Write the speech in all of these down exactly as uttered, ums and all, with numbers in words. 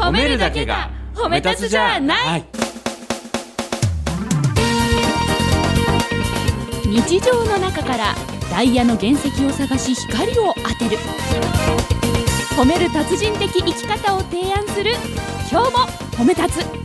褒めるだけが褒め立つじゃない、はい、 日常の中からダイヤの原石を探し光を当てる、褒める達人的生き方を提案する今日も褒め立つ。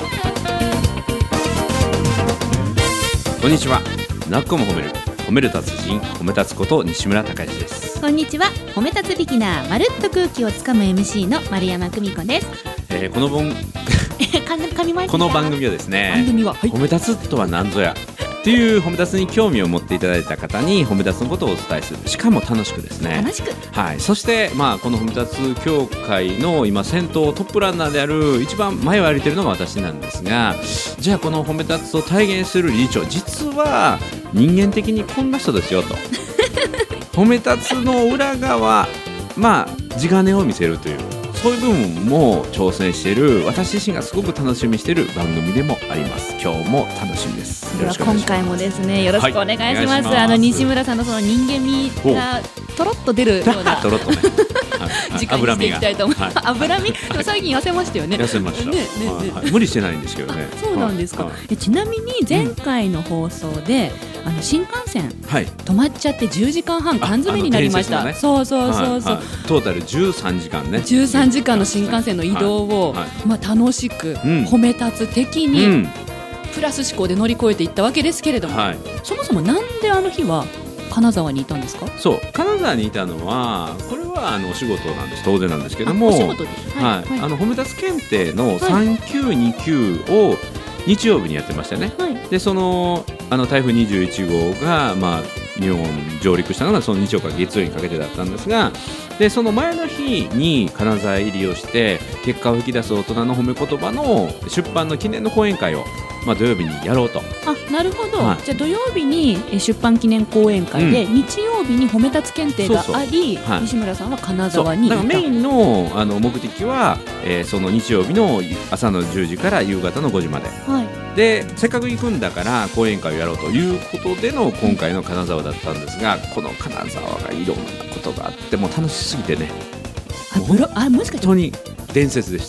こんにちは。なっこも褒める褒める達人褒め立つこと西村孝之です。 こんにちは。褒め立つビギナー、まるっと空気をつかむ エムシー の丸山久美子です。 えー、この本この番組はですね、 番組は、はい、 褒め立つとは何ぞやっていう褒め立つに興味を持っていただいた方に褒め立つのことをお伝えする、しかも楽しくですね、 楽しく、 はい、そして、まあ、この褒め立つ協会の今先頭トップランナーである一番前を歩いているのが私なんですが、じゃあこの褒め立つを体現する理事長、実は人間的にこんな人ですよと褒め立つの裏側、まあ地金を見せるという、そういう部分も挑戦している私自身がすごく楽しみにしている番組でもあります。今日も楽しみです。よろしくお願いします。 今回もですね、よろしくお願いします。 はい、お願いします。 あの西村さんのその人間味がとろっと出るようなとろっとね時間にしていきたいと思います。脂身、 はい、 最近痩せましたよね。 痩せました、ねねねはい、無理してないんですけどね。 そうなんですか、はい、えちなみに前回の放送で、うん、あの新幹線、はい、止まっちゃってじゅうじかんはん缶詰になりました、ね、そうそうそうそう、はいはい、 トータルじゅうさんじかんね、 じゅうさんじかんの新幹線の移動を、はいはい、まあ、楽しく、うん、褒め立つ的に、うん、プラス思考で乗り越えていったわけですけれども、はい、そもそもなんであの日は金沢にいたんですか？ そう、金沢にいたのはこれはあのお仕事なんです、当然なんですけども、 お仕事で、 はいはい、あの褒め立つ検定のさんきゅうにきゅうを日曜日にやってましたね、はい、でそのあの台風にじゅういちごうが、まあ、日本上陸したのがその日曜から月曜にかけてだったんですが、でその前の日に金沢入りをして結果を引き出す大人の褒め言葉の出版の記念の講演会を、まあ、土曜日にやろうと。 あ、なるほど、はい、じゃあ土曜日に出版記念講演会で、うん、日曜日に褒め立つ検定があり、そうそう、はい、西村さんは金沢にいた。 だからメイン の, あの目的は、えー、その日曜日の朝のじゅうじから夕方のごじまで、はい、でせっかく行くんだから講演会をやろうということでの今回の金沢だったんですが、この金沢がいろんなことがあってもう楽しすぎてね、 あもうあもしかして本当に伝説でした。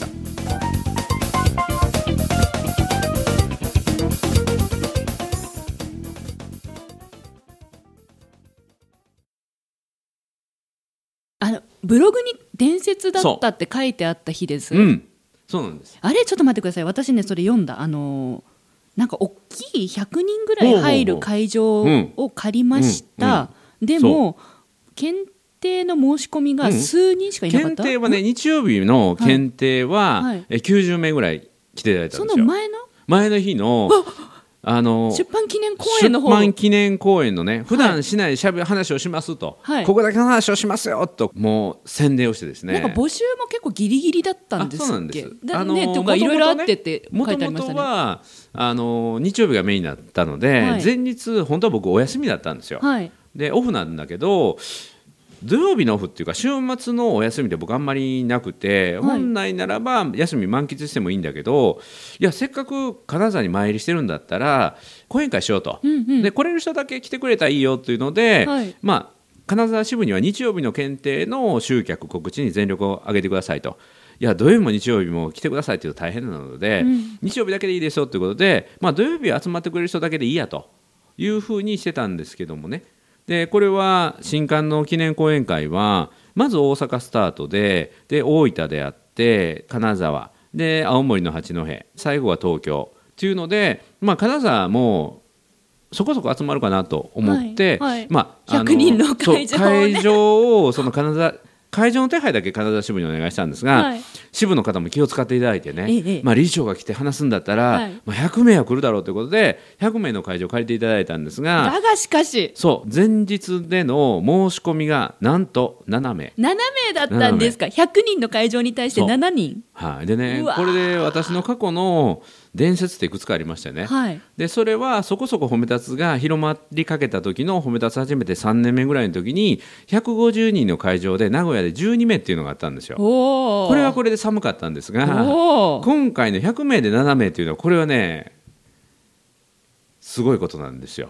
あのブログに伝説だったって書いてあった日です。 う、うん、そうなんです。 あれちょっと待ってください、私ねそれ読んだ、あのー、なんか大きいひゃくにんぐらい入る会場を借りました、うんうんうん、でも検定の申し込みが数人しかいなかった、うん、 検定はね、日曜日の検定は、はいはい、きゅうじゅうめいぐらい来ていただいたんですよ。 その前の前の日のあの出版記念公演の方、 出版記念公演のね、普段しないしゃべ話をしますと、はい、ここだけの話をしますよと、もう宣伝をしてですね、 なんか募集も結構ギリギリだったんですっけ。 そうなんです。 だ、ね、とかいろいろあってって書いてありましたね。 もともとはあの日曜日がメインだったので、はい、前日本当は僕お休みだったんですよ、はい、でオフなんだけど土曜日のオフっていうか週末のお休みで僕あんまりなくて、はい、本来ならば休み満喫してもいいんだけど、いやせっかく金沢に参りしてるんだったら講演会しようと、うんうん、で来れる人だけ来てくれたらいいよっていうので、はい、まあ金沢支部には日曜日の検定の集客告知に全力を挙げてくださいと、いや土曜日も日曜日も来てくださいっていうと大変なので、うん、日曜日だけでいいですよということで、まあ、土曜日集まってくれる人だけでいいやというふうにしてたんですけどもね、でこれは新刊の記念講演会はまず大阪スタート で, で大分であって金沢で青森の八戸、最後は東京っていうので、まあ、金沢もそこそこ集まるかなと思って、はいはい、まあ、 ひゃくにんの会場、ね、 会場をその金沢会場の手配だけ金沢支部にお願いしたんですが、はい、支部の方も気を使っていただいてね、ええ、まあ、理事長が来て話すんだったら、はい、まあ、ひゃくめいは来るだろうということでひゃくめいの会場を借りていただいたんですが、 だがしかしそう前日での申し込みがなんとななめいななめいだったんですか。ひゃくにんの会場に対してななにん、 はい、でね、これで私の過去の伝説っていくつかありましてね、はい、でそれはそこそこ褒め立つが広まりかけた時の褒め立つ始めてさんねんめぐらいの時にひゃくごじゅうにんの会場で名古屋でじゅうにめいっていうのがあったんですよ。これはこれで寒かったんですが、今回のひゃくめいでななめいっていうのはこれはねすごいことなんですよ。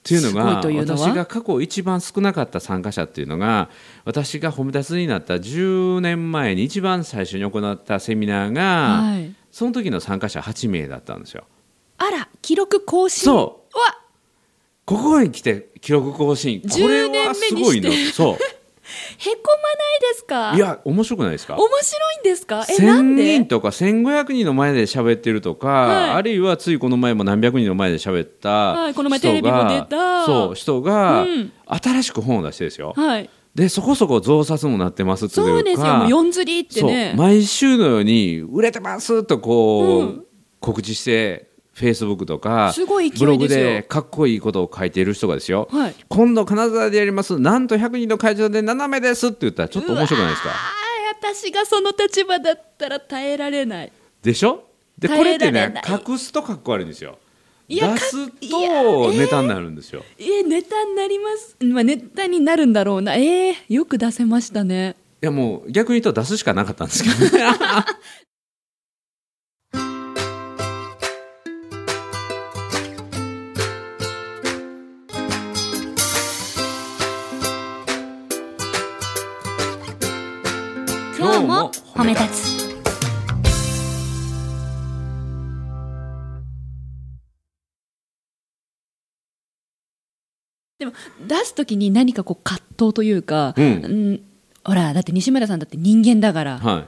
っていうのが私が過去一番少なかった参加者っていうのが、私が褒め立つになったじゅうねんまえに一番最初に行ったセミナーが、はい、その時の参加者はちめいだったんですよ。 あら、記録更新。 そうわ、ここに来て記録更新、これはすごいの。そうへこまないですか？ いや、面白くないですか？ 面白いんですか？え、 せんにんとかせんごひゃくにんの前で喋ってるとか、はい、あるいはついこの前も何百人の前で喋った人が、はい、 この前テレビも出たそう人が、うん、新しく本を出してるんですよ、 はい、 でそこそこ増刷もなってますっていうか、 そうですよ、もうよん釣りってね、 毎週のように売れてますとこう、うん、告知してフェイスブックとかブログでかっこいいことを書いている人がですよ、はい、今度金沢でやりますなんとひゃくにんの会場でななめですって言ったらちょっと面白くないですか？ 私がその立場だったら耐えられないでしょ。でこれってね、隠すとかっこ悪いんですよ。出すとネタになるんですよ。 えー、えー、ネタになります、まあ、ネタになるんだろうな。えー、よく出せましたね。 いやもう逆に言うと出すしかなかったんですけどね今日も褒め立つ。でも出すときに何かこう葛藤というか、うんうん、ほらだって西村さんだって人間だから、 はい、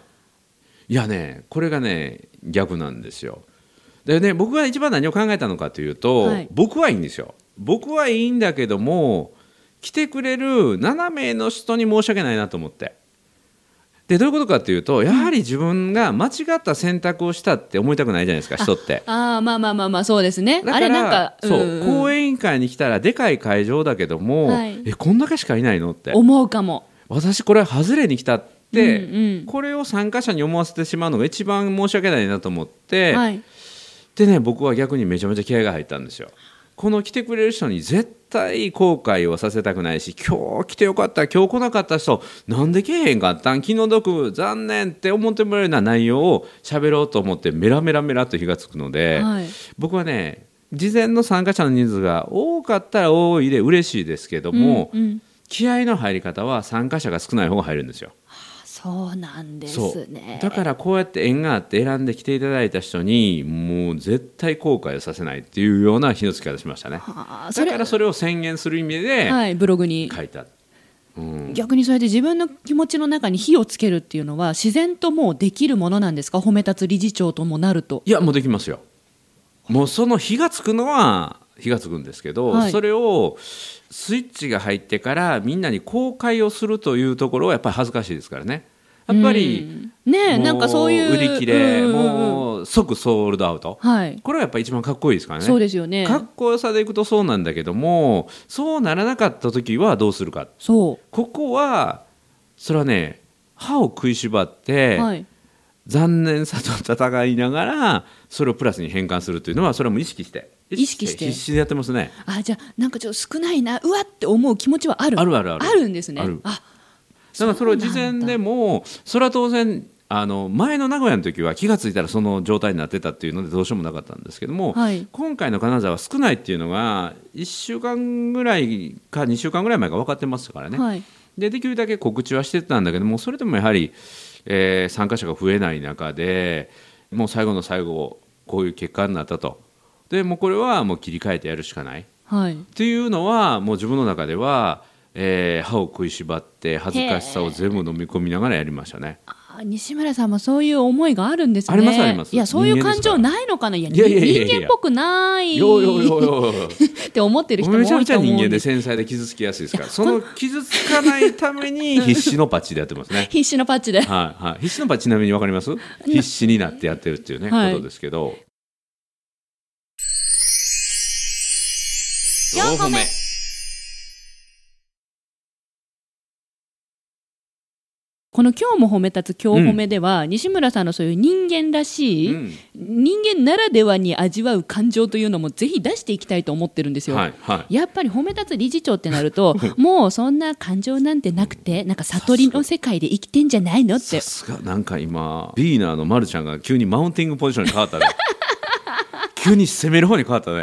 いやねこれがね逆なんですよ。でね、僕が一番何を考えたのかというと、はい、僕はいいんですよ。僕はいいんだけども来てくれるななめいの人に申し訳ないなと思って、でどういうことかというと、やはり自分が間違った選択をしたって思いたくないじゃないですか、人って。 ああ、まあまあまあまあ、そうですね。 だからあれなんか、 そう、うんうん、講演委員会に来たらでかい会場だけども、はい、えこんだけしかいないのって思うかも。 私これ外れに来たって、 うんうん、 これを参加者に思わせてしまうのが一番申し訳ないなと思って、はい、でね僕は逆にめちゃめちゃ気合が入ったんですよ。この来てくれる人に絶対後悔をさせたくないし、今日来てよかった、今日来なかった人なんで来へんかったん、気の毒残念って思ってもらえるような内容を喋ろうと思ってメラメラメラと火がつくので、はい、僕はね事前の参加者の人数が多かったら多いで嬉しいですけども、うんうん、気合の入り方は参加者が少ない方が入るんですよ。 そうなんですね。 だからこうやって縁があって選んできていただいた人にもう絶対後悔をさせないっていうような火のつき方しましたね。はあ、だからそれを宣言する意味で、はい、 ブログに書いた、 うん、逆にそうやって自分の気持ちの中に火をつけるっていうのは自然ともうできるものなんですか？褒め立つ理事長ともなると。 いやもうできますよ。もうその火がつくのは火がつくんですけど、はい、それをスイッチが入ってからみんなに公開をするというところはやっぱり恥ずかしいですからね。やっぱり、 うん、ね、なんかそういう売り切れ、うんうんうん、もう即ソールドアウト、はい、これはやっぱり一番かっこいいですからね。 そうですよね。 かっこよさでいくとそうなんだけども、そうならなかった時はどうするか。 そうここはそれはね歯を食いしばって、はい、残念さと戦いながらそれをプラスに変換するというのはそれはもう意識して意識して必死でやってますね。 あ、じゃあなんかちょっと少ないな、うわって思う気持ちはあるあるあるあるあるんですね。 ある。 あ、 だからそれを事前でもそれは当然あの前の名古屋の時は気がついたらその状態になってたっていうのでどうしようもなかったんですけども、はい、今回の金沢は少ないっていうのがいっしゅうかんぐらいかにしゅうかんぐらい前から分かってますからね、はい、でできるだけ告知はしてたんだけども、それでもやはり、えー、参加者が増えない中でもう最後の最後こういう結果になったと。でもうこれはもう切り替えてやるしかない、はい、っていうのはもう自分の中ではえー、歯を食いしばって恥ずかしさを全部飲み込みながらやりましたね。 あ、西村さんもそういう思いがあるんですね。 ありますあります。 いやそういう感情ないのかな。いやいやいやいやいや人間っぽくないよよよよって思ってる人も多いと思うんです。 めちゃめちゃ人間で繊細で傷つきやすいですから、その傷つかないために必死のパッチでやってますね。 必死のパッチで、 はいはい、必死のパッチちなみに分かります？必死になってやってるっていうね、はい、ことですけど。よんほめ。 この今日も褒め立つ今日褒めでは、うん、西村さんのそういう人間らしい、うん、人間ならではに味わう感情というのもぜひ出していきたいと思ってるんですよ、はいはい、やっぱり褒め立つ理事長ってなるともうそんな感情なんてなくてなんか悟りの世界で生きてんじゃないのって。 さすがなんか今ビーナーのマルちゃんが急にマウンティングポジションに変わったね急に攻める方に変わったね。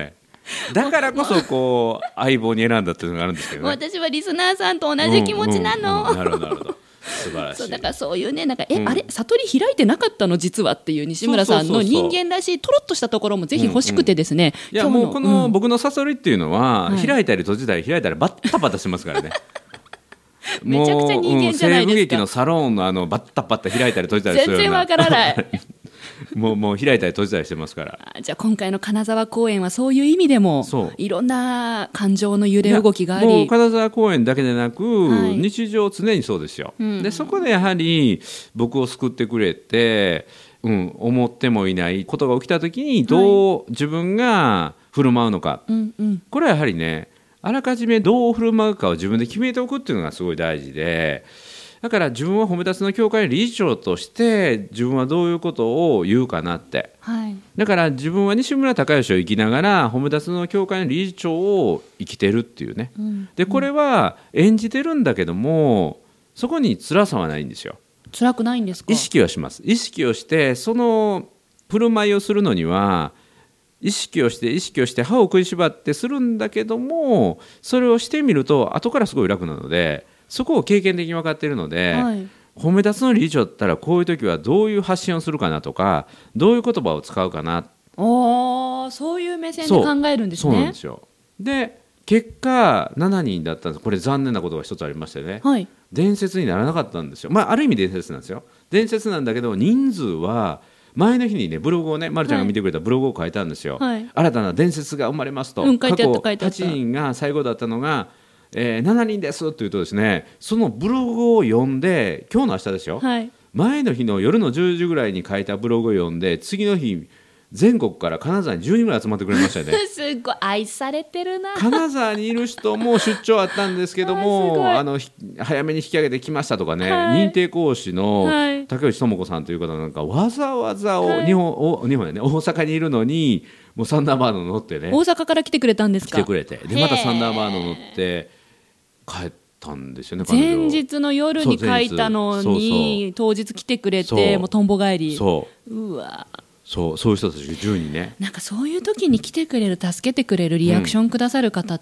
だからこそこう相棒に選んだっていうのがあるんですけどね。 私はリスナーさんと同じ気持ちなの、 うんうんうん、なるほどなるほど、素晴らしい。 そうだからそういうねなんかえ、うん、あれ悟り開いてなかったの実はっていう西村さんの人間らしいとろっとしたところもぜひ欲しくてですね、 うんうん、いやもうこの僕の悟りっていうのは、うん、開いたり閉じたり開いたりバッタバタしてますからねめちゃくちゃ人間じゃないですか。 西部劇のサロンのあのバッタバタ開いたり閉じたりするような全然わからないもう、もう開いたり閉じたりしてますから。 じゃあ今回の金沢公演はそういう意味でもいろんな感情の揺れ動きがあり、 もう金沢公演だけでなく、はい、日常常にそうですよ、うん、でそこでやはり僕を救ってくれて、うん、思ってもいないことが起きた時にどう自分が振る舞うのか、はいうんうん、これはやはりねあらかじめどう振る舞うかを自分で決めておくっていうのがすごい大事で、だから自分は褒め立つの協会の理事長として自分はどういうことを言うかなって、はい、だから自分は西村孝之を生きながら褒め立つの協会の理事長を生きてるっていうね、うん、でこれは演じてるんだけどもそこに辛さはないんですよ。 辛くないんですか？ 意識はします。意識をしてその振る舞いをするのには意識をして意識をして歯を食いしばってするんだけどもそれをしてみると後からすごい楽なのでそこを経験的に分かっているので、はい、褒め立つの理事長だったらこういう時はどういう発信をするかなとかどういう言葉を使うかな、 おそういう目線で考えるんですね。 そうなんですよ。で結果しちにんだったんです。これ残念なことが一つありましてね、はい、伝説にならなかったんですよ。まあある意味伝説なんですよ。伝説なんだけど人数は前の日にねブログをね、まるちゃんが見てくれたブログを書いたんですよ、はい、新たな伝説が生まれますと、 うん、 過去はちにんが最後だったのが、えー、しちにんですって言うとですねそのブログを読んで今日の明日ですよ、はい、前の日の夜のじゅうじぐらいに書いたブログを読んで次の日全国から金沢にじゅうにんぐらい集まってくれましたよねすごい愛されてるな。 金沢にいる人も出張あったんですけどもあの早めに引き上げてきましたとかね、はい、認定講師の竹内智子さんという方なんかわざわざお、はい、日本お日本でね大阪にいるのにもうサンダーバード乗ってね大阪から来てくれたんですか？ 来てくれてでまたサンダーバード乗って帰ったんですよね。 前日の夜に書いたのにそうそう当日来てくれてもうとんぼ帰り。そううわそう、そういう人たちがじゅうにんね。 なんかそういう時に来てくれる助けてくれるリアクションくださる方って、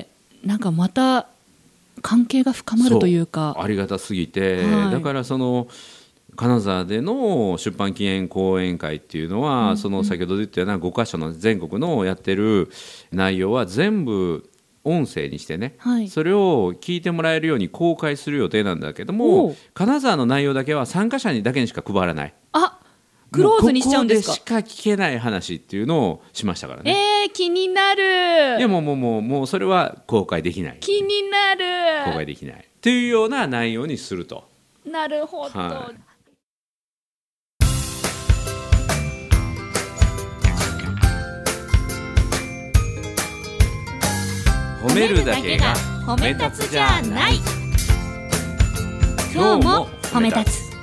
うん、なんかまた関係が深まるというかありがたすぎて、はい、だからその金沢での出版記念講演会っていうのは、うんうん、その先ほど言ったようなごかしょの全国のやってる内容は全部音声にしてね、はい、それを聞いてもらえるように公開する予定なんだけども金沢の内容だけは参加者にだけにしか配らない。 あクローズにしちゃうんですか？ ここでしか聞けない話っていうのをしましたからね。 えー、気になる。 いやもうもうもうもうそれは公開できない。 気になる。 公開できないというような内容にすると。 なるほど。はい褒めるだけが褒め立つじゃない。今日も褒め立つ。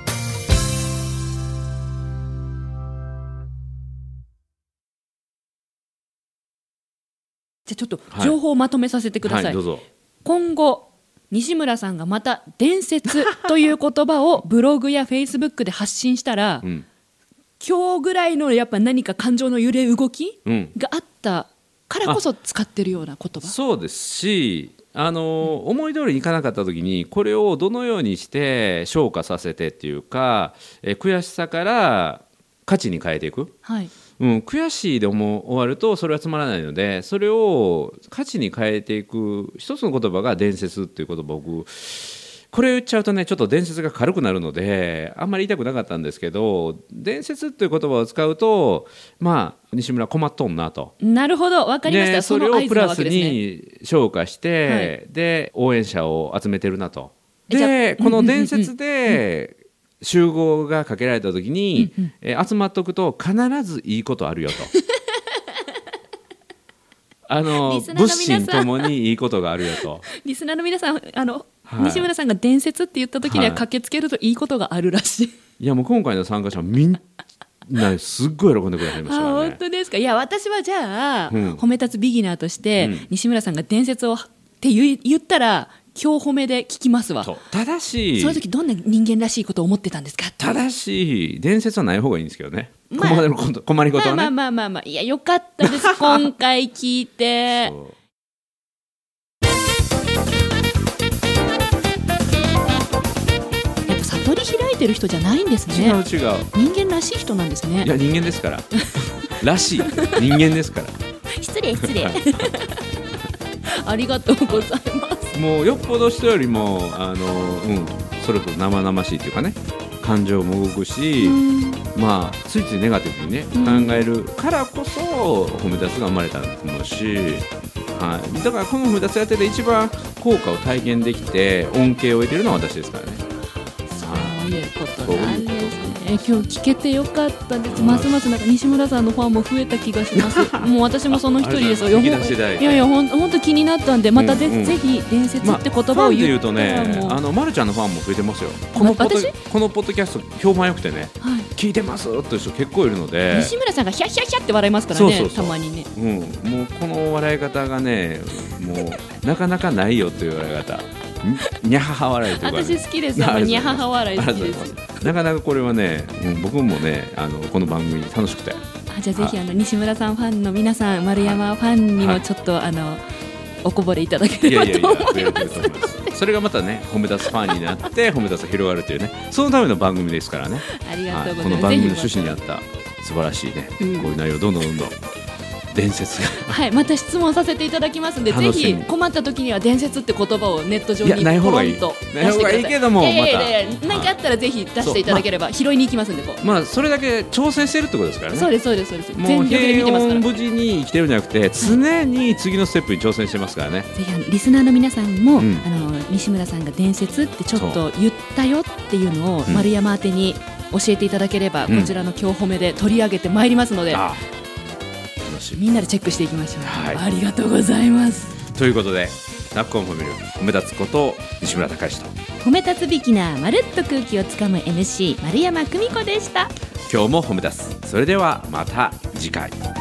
じゃあちょっと情報をまとめさせてください、はいはい、どうぞ。今後西村さんがまた伝説という言葉をブログやフェイスブックで発信したら、うん、今日ぐらいのやっぱ何か感情の揺れ動きがあったからこそ使ってるような言葉、 そうですしあの、うん、思い通りにいかなかった時にこれをどのようにして消化させてっていうか、え悔しさから価値に変えていく、はいうん、悔しいでも終わるとそれはつまらないのでそれを価値に変えていく一つの言葉が伝説っていう言葉。僕これ言っちゃうとねちょっと伝説が軽くなるのであんまり言いたくなかったんですけど伝説っていう言葉を使うとまあ西村困っとんなと。 なるほど分かりました。 それをプラスに消化して、はい、で応援者を集めてるなと。でこの伝説で集合がかけられた時に、うんうんえー、集まっておくと必ずいいことあるよとあの物心ともにいいことがあるよとリスナーの皆さんあの、はい、西村さんが伝説って言った時には駆けつけるといいことがあるらしい、はい、 いやもう今回の参加者はみんなすっごい喜んでくれはりましたからね。 あ本当ですか。いや私はじゃあ、うん、褒め立つビギナーとして、うん、西村さんが伝説をって言ったら今日褒めで聞きますわ。 そう正しいその時どんな人間らしいことを思ってたんですか。 正しい伝説はない方がいいんですけどね、まあ、困ること困りことはね、 まあまあまあまあ、いやよかったです今回聞いて。やっぱ悟り開いてる人じゃないんですね。 違う違う、 人間らしい人なんですね。 いや人間ですかららしい人間ですから失礼失礼ありがとうございます。 もうよっぽど人よりもあの、うん、それこそ生々しいというかね、感情も動くし、まあついついネガティブにね、考えるからこそ褒め立つが生まれたと思うし、はい、だからこの褒め立つやってて一番効果を体験できて恩恵を得てるのは私ですからね。 そういうことなんですね。今日聞けてよかったです。ますますなんか西村さんのファンも増えた気がしますもう私もその一人ですよ。いやいやほんほんと気になったんで、またぜ、うんうん、ぜひ伝説って言葉を言ったら、まあ、ファンで言うとね、 あのまるちゃんのファンも増えてますよ。このポッドこのポッドキャスト評判良くてね、はい、聞いてますって人結構いるので、 西村さんがヒャヒャヒャって笑いますからね。そうそうそう、たまにね、 うん、もうこの笑い方がねもうなかなかないよという笑い方にゃはは笑いというか、ね、 私好きですよ。にゃはは笑い好きです。 なかなかこれはね、うん、僕もねあのこの番組楽しくて、 あじゃあぜひあの西村さんファンの皆さん、丸山ファンにもちょっと、はい、あのおこぼれいただければと思います。 それがまたね褒め立つファンになって褒め立つが広がるというね、そのための番組ですからね。 ありがとうございます、はい、 この番組の趣旨にあった素晴らしいね、うん、こういう内容どんどんどんどん伝説がはい、また質問させていただきますので、ぜひ困った時には伝説って言葉をネット上にポロンとない方がいいない方がいいけども、 いやいやいやいや、何かあったらぜひ出していただければ拾いに行きますんで、こう、 まあそれだけ挑戦してるってことですからね。 そうですそうですそうです。 もう平穏無事に生きてるんじゃなくて、常に次のステップに挑戦してますからね。 ぜひあのリスナーの皆さんも、うん、あの西村さんが伝説ってちょっと言ったよっていうのを丸山宛てに教えていただければ、うん、こちらの今日褒めで取り上げてまいりますので、あみんなでチェックしていきましょう、はい、ありがとうございます。 ということでナッコン褒める褒め立つこと西村孝之と褒め立つビギナーまるっと空気をつかむ エムシー 丸山久美子でした。 今日も褒め立つ。それではまた次回。